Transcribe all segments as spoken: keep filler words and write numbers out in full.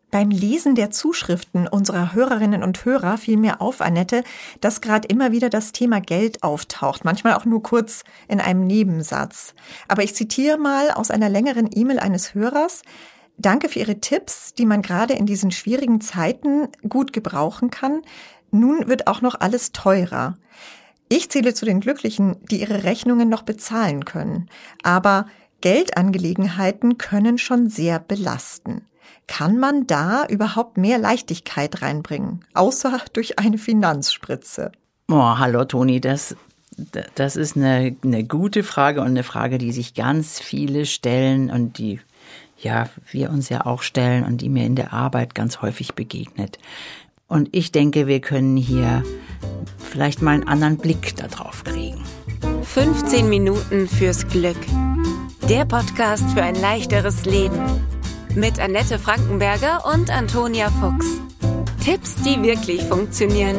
Beim Lesen der Zuschriften unserer Hörerinnen und Hörer fiel mir auf, Annette, dass gerade immer wieder das Thema Geld auftaucht, manchmal auch nur kurz in einem Nebensatz. Aber ich zitiere mal aus einer längeren E-Mail eines Hörers: Danke für Ihre Tipps, die man gerade in diesen schwierigen Zeiten gut gebrauchen kann. Nun wird auch noch alles teurer. Ich zähle zu den Glücklichen, die ihre Rechnungen noch bezahlen können. Aber Geldangelegenheiten können schon sehr belasten. Kann man da überhaupt mehr Leichtigkeit reinbringen, außer durch eine Finanzspritze? Oh, hallo Toni, das, das ist eine, eine gute Frage und eine Frage, die sich ganz viele stellen und die ja wir uns ja auch stellen und die mir in der Arbeit ganz häufig begegnet. Und ich denke, wir können hier vielleicht mal einen anderen Blick darauf kriegen. fünfzehn Minuten fürs Glück. Der Podcast für ein leichteres Leben. Mit Annette Frankenberger und Antonia Fuchs. Tipps, die wirklich funktionieren.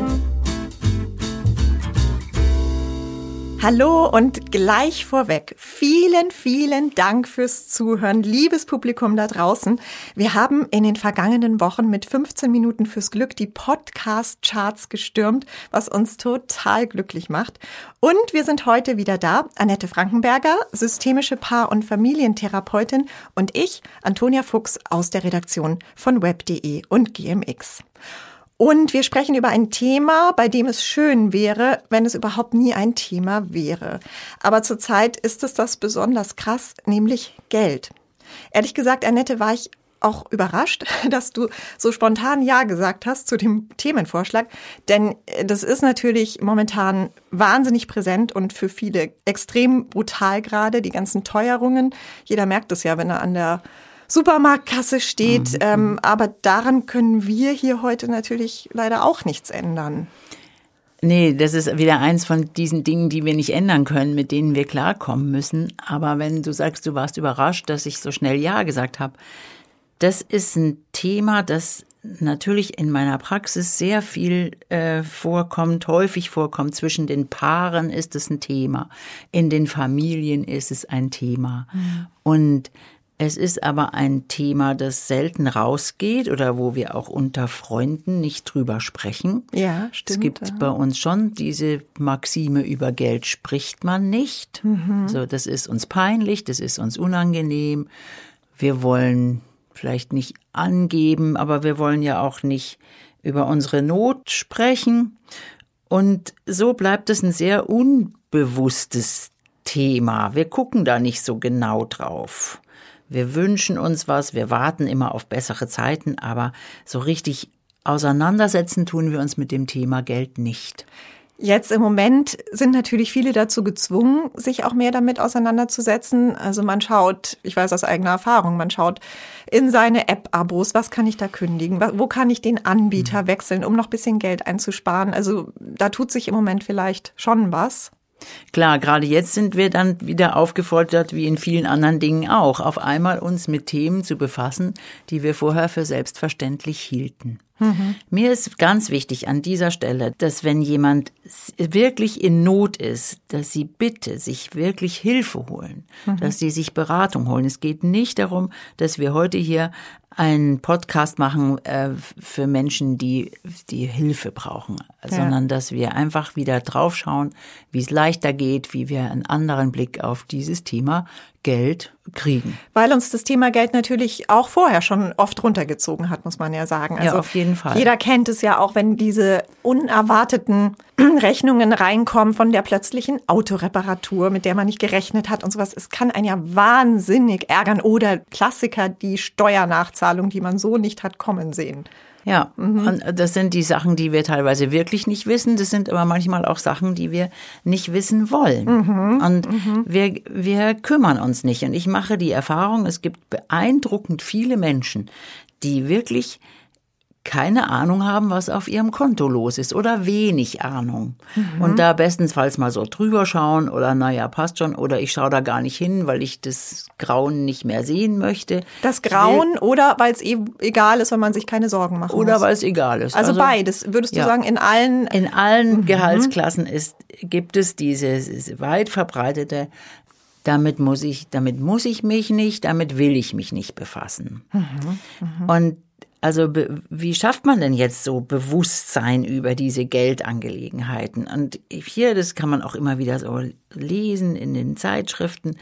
Hallo und gleich vorweg, vielen, vielen Dank fürs Zuhören, liebes Publikum da draußen. Wir haben in den vergangenen Wochen mit fünfzehn Minuten fürs Glück die Podcast-Charts gestürmt, was uns total glücklich macht. Und wir sind heute wieder da, Annette Frankenberger, systemische Paar- und Familientherapeutin, und ich, Antonia Fuchs, aus der Redaktion von web punkt de und G M X. Und wir sprechen über ein Thema, bei dem es schön wäre, wenn es überhaupt nie ein Thema wäre. Aber zurzeit ist es das besonders krass, nämlich Geld. Ehrlich gesagt, Annette, war ich auch überrascht, dass du so spontan Ja gesagt hast zu dem Themenvorschlag. Denn das ist natürlich momentan wahnsinnig präsent und für viele extrem brutal gerade, die ganzen Teuerungen. Jeder merkt es ja, wenn er an der Supermarktkasse steht, mhm. ähm, aber daran können wir hier heute natürlich leider auch nichts ändern. Nee, das ist wieder eins von diesen Dingen, die wir nicht ändern können, mit denen wir klarkommen müssen. Aber wenn du sagst, du warst überrascht, dass ich so schnell Ja gesagt habe, das ist ein Thema, das natürlich in meiner Praxis sehr viel äh, vorkommt, häufig vorkommt. Zwischen den Paaren ist es ein Thema, in den Familien ist es ein Thema. Mhm. Und es ist aber ein Thema, das selten rausgeht oder wo wir auch unter Freunden nicht drüber sprechen. Ja, stimmt. Es gibt ja bei uns schon diese Maxime, über Geld spricht man nicht. Mhm. Also das ist uns peinlich, das ist uns unangenehm. Wir wollen vielleicht nicht angeben, aber wir wollen ja auch nicht über unsere Not sprechen. Und so bleibt es ein sehr unbewusstes Thema. Wir gucken da nicht so genau drauf. Wir wünschen uns was, wir warten immer auf bessere Zeiten, aber so richtig auseinandersetzen tun wir uns mit dem Thema Geld nicht. Jetzt im Moment sind natürlich viele dazu gezwungen, sich auch mehr damit auseinanderzusetzen. Also man schaut, ich weiß aus eigener Erfahrung, man schaut in seine App-Abos, was kann ich da kündigen, wo kann ich den Anbieter wechseln, um noch ein bisschen Geld einzusparen. Also da tut sich im Moment vielleicht schon was. Klar, gerade jetzt sind wir dann wieder aufgefordert, wie in vielen anderen Dingen auch, auf einmal uns mit Themen zu befassen, die wir vorher für selbstverständlich hielten. Mhm. Mir ist ganz wichtig an dieser Stelle, dass wenn jemand wirklich in Not ist, dass sie bitte sich wirklich Hilfe holen, mhm. dass sie sich Beratung holen. Es geht nicht darum, dass wir heute hier einen Podcast machen äh, für Menschen, die die Hilfe brauchen, ja. sondern dass wir einfach wieder draufschauen, wie es leichter geht, wie wir einen anderen Blick auf dieses Thema Geld kriegen. Weil uns das Thema Geld natürlich auch vorher schon oft runtergezogen hat, muss man ja sagen. Also ja, auf jeden Fall. Jeder kennt es ja auch, wenn diese unerwarteten Rechnungen reinkommen von der plötzlichen Autoreparatur, mit der man nicht gerechnet hat und sowas. Es kann einen ja wahnsinnig ärgern. Oder Klassiker, die Steuernachzahlung, die man so nicht hat kommen sehen. Ja, mhm. und das sind die Sachen, die wir teilweise wirklich nicht wissen. Das sind aber manchmal auch Sachen, die wir nicht wissen wollen. Mhm. Und mhm. wir, wir kümmern uns nicht. Und ich mache die Erfahrung, es gibt beeindruckend viele Menschen, die wirklich keine Ahnung haben, was auf ihrem Konto los ist oder wenig Ahnung. Mhm. Und da bestenfalls mal so drüber schauen oder naja, passt schon oder ich schaue da gar nicht hin, weil ich das Grauen nicht mehr sehen möchte. Das Grauen oder weil es eh egal ist, weil man sich keine Sorgen machen Oder muss. weil es egal ist. Also, also beides, würdest du ja. sagen, in allen... In allen mhm. Gehaltsklassen ist, gibt es diese weit verbreitete, damit muss ich, damit muss ich mich nicht, damit will ich mich nicht befassen. Mhm. Mhm. Und Also be- wie schafft man denn jetzt so Bewusstsein über diese Geldangelegenheiten? Und hier, das kann man auch immer wieder so lesen in den Zeitschriften,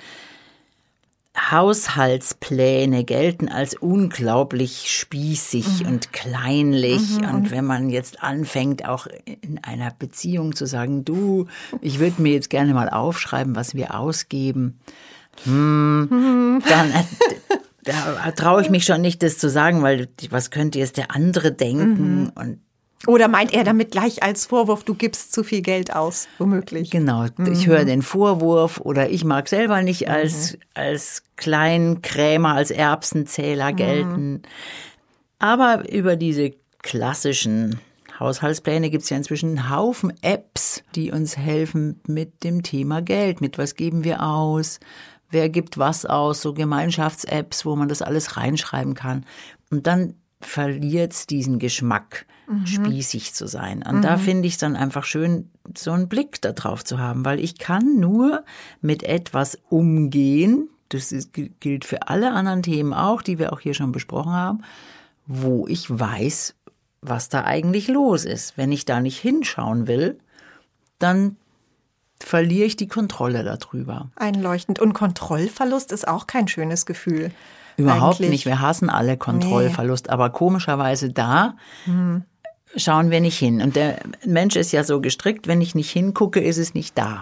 Haushaltspläne gelten als unglaublich spießig mhm. und kleinlich. Mhm. Und wenn man jetzt anfängt, auch in einer Beziehung zu sagen, du, ich würde mir jetzt gerne mal aufschreiben, was wir ausgeben, hm, mhm. dann da traue ich mich schon nicht, das zu sagen, weil was könnte jetzt der andere denken? Mhm. Und oder meint er damit gleich als Vorwurf, du gibst zu viel Geld aus, womöglich? Genau, mhm. ich höre den Vorwurf oder ich mag selber nicht als, mhm. als Kleinkrämer, als Erbsenzähler gelten. Mhm. Aber über diese klassischen Haushaltspläne gibt es ja inzwischen einen Haufen Apps, die uns helfen mit dem Thema Geld. Mit was geben wir aus? Wer gibt was aus? So Gemeinschafts-Apps, wo man das alles reinschreiben kann. Und dann verliert es diesen Geschmack, mhm. spießig zu sein. Und mhm. da finde ich es dann einfach schön, so einen Blick da drauf zu haben, weil ich kann nur mit etwas umgehen, das ist, gilt für alle anderen Themen auch, die wir auch hier schon besprochen haben, wo ich weiß, was da eigentlich los ist. Wenn ich da nicht hinschauen will, dann verliere ich die Kontrolle darüber. Einleuchtend. Und Kontrollverlust ist auch kein schönes Gefühl. Überhaupt eigentlich. Nicht. Wir hassen alle Kontrollverlust. Nee. Aber komischerweise da hm. schauen wir nicht hin. Und der Mensch ist ja so gestrickt, wenn ich nicht hingucke, ist es nicht da.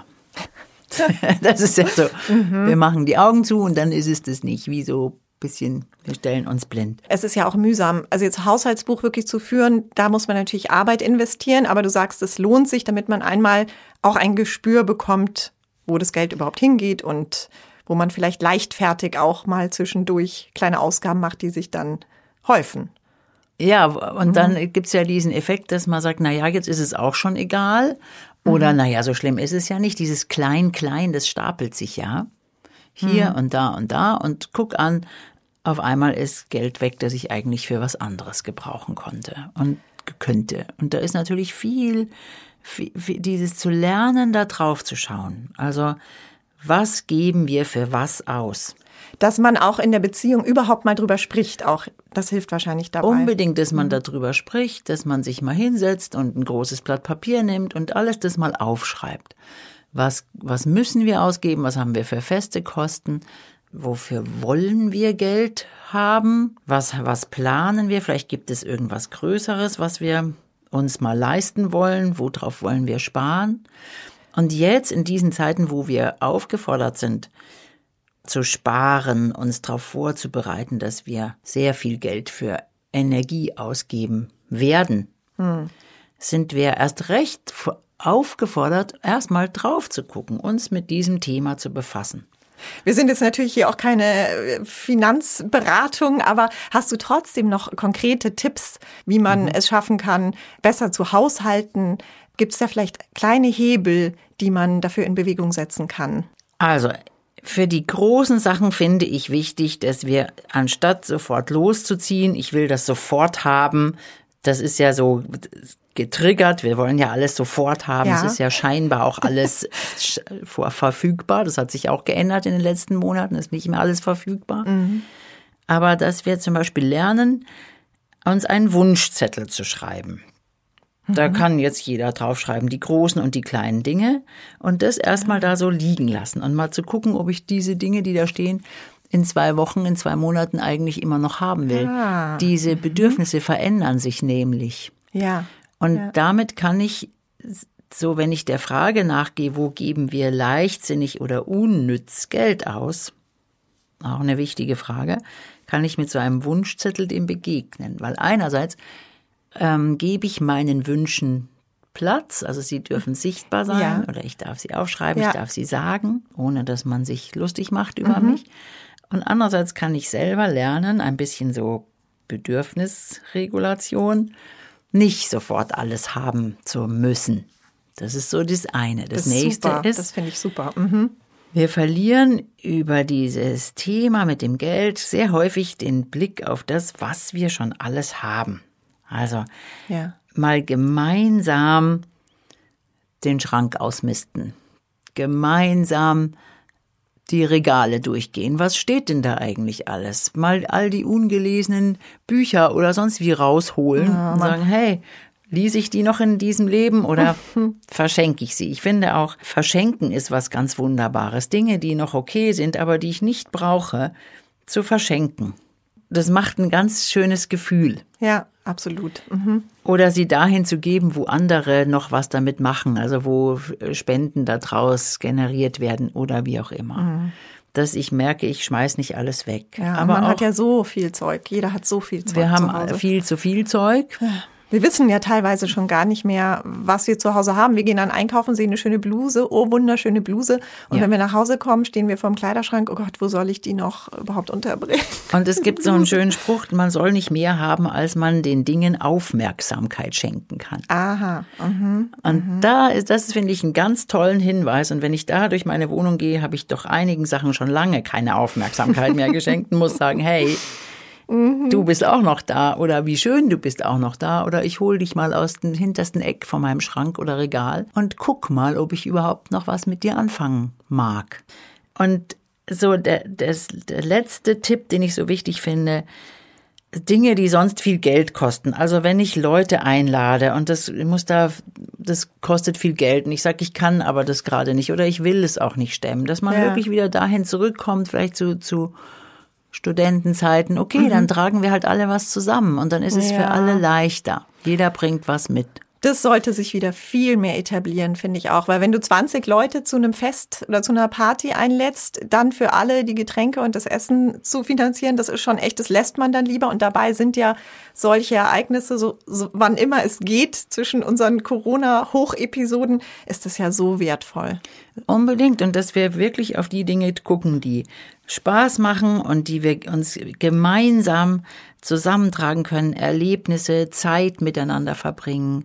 Das ist ja so. Mhm. Wir machen die Augen zu und dann ist es das nicht. Wie so ein bisschen, wir stellen uns blind. Es ist ja auch mühsam. Also jetzt Haushaltsbuch wirklich zu führen, da muss man natürlich Arbeit investieren. Aber du sagst, es lohnt sich, damit man einmal auch ein Gespür bekommt, wo das Geld überhaupt hingeht und wo man vielleicht leichtfertig auch mal zwischendurch kleine Ausgaben macht, die sich dann häufen. Ja, und mhm. dann gibt's ja diesen Effekt, dass man sagt, na ja, jetzt ist es auch schon egal. Oder mhm. na ja, so schlimm ist es ja nicht. Dieses Klein-Klein, das stapelt sich ja. Hier mhm. und da und da. Und guck an, auf einmal ist Geld weg, das ich eigentlich für was anderes gebrauchen konnte und könnte. Und da ist natürlich viel, viel, viel dieses zu lernen, da drauf zu schauen. Also was geben wir für was aus? Dass man auch in der Beziehung überhaupt mal drüber spricht, auch das hilft wahrscheinlich dabei. Unbedingt, dass man darüber spricht, dass man sich mal hinsetzt und ein großes Blatt Papier nimmt und alles das mal aufschreibt. Was, was müssen wir ausgeben? Was haben wir für feste Kosten? Wofür wollen wir Geld haben? Was, was planen wir? Vielleicht gibt es irgendwas Größeres, was wir uns mal leisten wollen. Worauf wollen wir sparen? Und jetzt in diesen Zeiten, wo wir aufgefordert sind, zu sparen, uns darauf vorzubereiten, dass wir sehr viel Geld für Energie ausgeben werden, hm. sind wir erst recht aufgefordert, erstmal drauf zu gucken, uns mit diesem Thema zu befassen. Wir sind jetzt natürlich hier auch keine Finanzberatung, aber hast du trotzdem noch konkrete Tipps, wie man mhm. es schaffen kann, besser zu haushalten? Gibt es da vielleicht kleine Hebel, die man dafür in Bewegung setzen kann? Also für die großen Sachen finde ich wichtig, dass wir anstatt sofort loszuziehen, ich will das sofort haben, das ist ja so getriggert, wir wollen ja alles sofort haben, ja. Es ist ja scheinbar auch alles verfügbar, das hat sich auch geändert in den letzten Monaten, ist nicht mehr alles verfügbar. Mhm. Aber dass wir zum Beispiel lernen, uns einen Wunschzettel zu schreiben. Da kann jetzt jeder draufschreiben, die großen und die kleinen Dinge und das erstmal da so liegen lassen und mal zu gucken, ob ich diese Dinge, die da stehen, in zwei Wochen, in zwei Monaten eigentlich immer noch haben will. Ah. Diese Bedürfnisse verändern sich nämlich. Ja. Und ja. damit kann ich, so wenn ich der Frage nachgehe, wo geben wir leichtsinnig oder unnütz Geld aus, auch eine wichtige Frage, kann ich mit so einem Wunschzettel dem begegnen. Weil einerseits ähm, gebe ich meinen Wünschen Platz, also sie dürfen sichtbar sein ja. oder ich darf sie aufschreiben, ja. ich darf sie sagen, ohne dass man sich lustig macht über mhm. mich. Und andererseits kann ich selber lernen, ein bisschen so Bedürfnisregulation, nicht sofort alles haben zu müssen. Das ist so das eine. Das, das nächste super. ist, das finde ich super. Mhm. Wir verlieren über dieses Thema mit dem Geld sehr häufig den Blick auf das, was wir schon alles haben. Also ja. mal gemeinsam den Schrank ausmisten, gemeinsam die Regale durchgehen. Was steht denn da eigentlich alles? Mal all die ungelesenen Bücher oder sonst wie rausholen ja, und sagen, hey, lese ich die noch in diesem Leben oder verschenke ich sie? Ich finde auch, verschenken ist was ganz Wunderbares. Dinge, die noch okay sind, aber die ich nicht brauche, zu verschenken. Das macht ein ganz schönes Gefühl. Ja, absolut. Mhm. Oder sie dahin zu geben, wo andere noch was damit machen, also wo Spenden daraus generiert werden oder wie auch immer. Mhm. Dass ich merke, ich schmeiß nicht alles weg. Ja, aber man auch, hat ja so viel Zeug. Jeder hat so viel Zeug. Wir haben zu Hause. viel zu viel Zeug. Ja. Wir wissen ja teilweise schon gar nicht mehr, was wir zu Hause haben. Wir gehen dann einkaufen, sehen eine schöne Bluse, oh, wunderschöne Bluse. Und ja. wenn wir nach Hause kommen, stehen wir vor dem Kleiderschrank, oh Gott, wo soll ich die noch überhaupt unterbringen? Und es gibt so einen schönen Spruch, man soll nicht mehr haben, als man den Dingen Aufmerksamkeit schenken kann. Aha. Mhm. Und mhm. da ist, das finde ich einen ganz tollen Hinweis. Und wenn ich da durch meine Wohnung gehe, habe ich doch einigen Sachen schon lange keine Aufmerksamkeit mehr geschenkt und muss sagen, hey, du bist auch noch da oder wie schön, du bist auch noch da oder ich hole dich mal aus dem hintersten Eck von meinem Schrank oder Regal und guck mal, ob ich überhaupt noch was mit dir anfangen mag. Und so der, das, der letzte Tipp, den ich so wichtig finde, Dinge, die sonst viel Geld kosten. Also wenn ich Leute einlade und das muss da, das kostet viel Geld und ich sage, ich kann aber das gerade nicht oder ich will es auch nicht stemmen, dass man ja. wirklich wieder dahin zurückkommt, vielleicht zu, zu Studentenzeiten, okay, mhm. dann tragen wir halt alle was zusammen und dann ist es ja. für alle leichter. Jeder bringt was mit. Das sollte sich wieder viel mehr etablieren, finde ich auch. Weil wenn du zwanzig Leute zu einem Fest oder zu einer Party einlädst, dann für alle die Getränke und das Essen zu finanzieren, das ist schon echt, das lässt man dann lieber. Und dabei sind ja solche Ereignisse, so, so wann immer es geht, zwischen unseren Corona-Hochepisoden, ist das ja so wertvoll. Unbedingt. Und dass wir wirklich auf die Dinge gucken, die Spaß machen und die wir uns gemeinsam zusammentragen können, Erlebnisse, Zeit miteinander verbringen.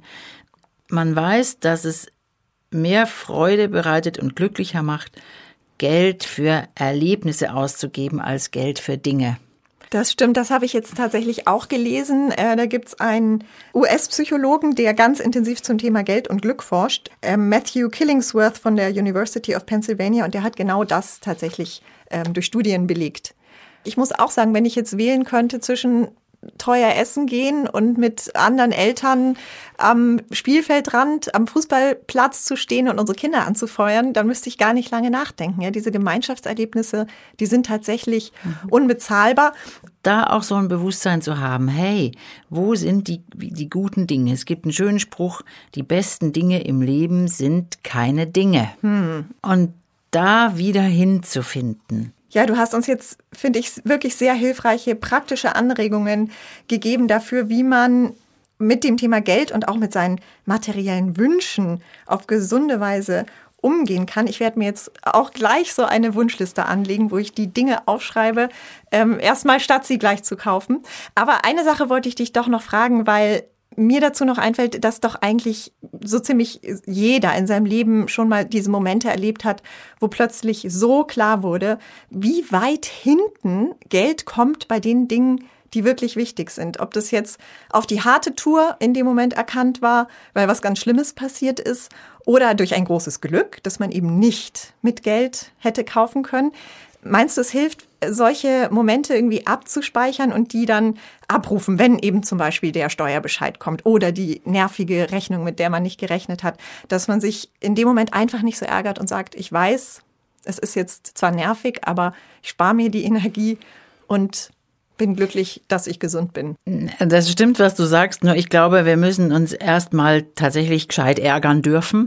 Man weiß, dass es mehr Freude bereitet und glücklicher macht, Geld für Erlebnisse auszugeben als Geld für Dinge. Das stimmt, das habe ich jetzt tatsächlich auch gelesen. Äh, da gibt's einen U S-Psychologen, der ganz intensiv zum Thema Geld und Glück forscht, äh, Matthew Killingsworth von der University of Pennsylvania, und der hat genau das tatsächlich ähm, durch Studien belegt. Ich muss auch sagen, wenn ich jetzt wählen könnte zwischen teuer essen gehen und mit anderen Eltern am Spielfeldrand, am Fußballplatz zu stehen und unsere Kinder anzufeuern, dann müsste ich gar nicht lange nachdenken. Ja, diese Gemeinschaftserlebnisse, die sind tatsächlich unbezahlbar. Da auch so ein Bewusstsein zu haben, hey, wo sind die, die guten Dinge? Es gibt einen schönen Spruch, die besten Dinge im Leben sind keine Dinge. Hm. Und da wieder hinzufinden. Ja, du hast uns jetzt, finde ich, wirklich sehr hilfreiche, praktische Anregungen gegeben dafür, wie man mit dem Thema Geld und auch mit seinen materiellen Wünschen auf gesunde Weise umgehen kann. Ich werde mir jetzt auch gleich so eine Wunschliste anlegen, wo ich die Dinge aufschreibe, ähm, erstmal statt sie gleich zu kaufen. Aber eine Sache wollte ich dich doch noch fragen, weil mir dazu noch einfällt, dass doch eigentlich so ziemlich jeder in seinem Leben schon mal diese Momente erlebt hat, wo plötzlich so klar wurde, wie weit hinten Geld kommt bei den Dingen, die wirklich wichtig sind. Ob das jetzt auf die harte Tour in dem Moment erkannt war, weil was ganz Schlimmes passiert ist, oder durch ein großes Glück, das man eben nicht mit Geld hätte kaufen können. Meinst du, es hilft, solche Momente irgendwie abzuspeichern und die dann abrufen, wenn eben zum Beispiel der Steuerbescheid kommt oder die nervige Rechnung, mit der man nicht gerechnet hat, dass man sich in dem Moment einfach nicht so ärgert und sagt, ich weiß, es ist jetzt zwar nervig, aber ich spare mir die Energie und bin glücklich, dass ich gesund bin. Das stimmt, was du sagst, nur ich glaube, wir müssen uns erstmal tatsächlich gescheit ärgern dürfen.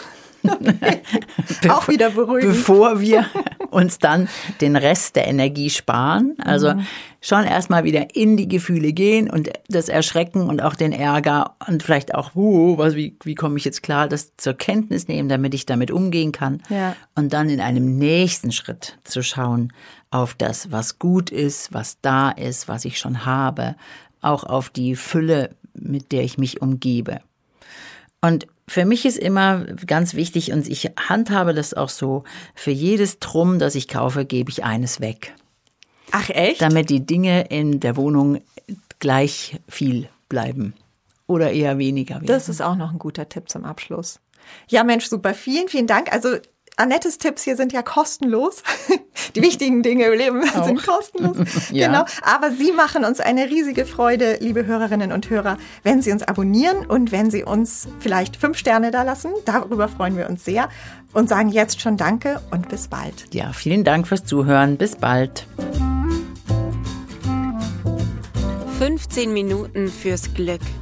Bevor, auch wieder beruhigend. Bevor wir uns dann den Rest der Energie sparen. Also mhm. schon erstmal wieder in die Gefühle gehen und das Erschrecken und auch den Ärger und vielleicht auch, uh, was, wie, wie komme ich jetzt klar, das zur Kenntnis nehmen, damit ich damit umgehen kann. Ja. Und dann in einem nächsten Schritt zu schauen auf das, was gut ist, was da ist, was ich schon habe, auch auf die Fülle, mit der ich mich umgebe. Und für mich ist immer ganz wichtig, und ich handhabe das auch so, für jedes Trumm, das ich kaufe, gebe ich eines weg. Ach echt? Damit die Dinge in der Wohnung gleich viel bleiben oder eher weniger werden. Das ist auch noch ein guter Tipp zum Abschluss. Ja Mensch, super, vielen, vielen Dank. Also Annettes Tipps hier sind ja kostenlos. Die wichtigen Dinge im Leben Auch. sind kostenlos. Ja. Genau. Aber Sie machen uns eine riesige Freude, liebe Hörerinnen und Hörer, wenn Sie uns abonnieren und wenn Sie uns vielleicht fünf Sterne da lassen. Darüber freuen wir uns sehr und sagen jetzt schon Danke und bis bald. Ja, vielen Dank fürs Zuhören. Bis bald. fünfzehn Minuten fürs Glück.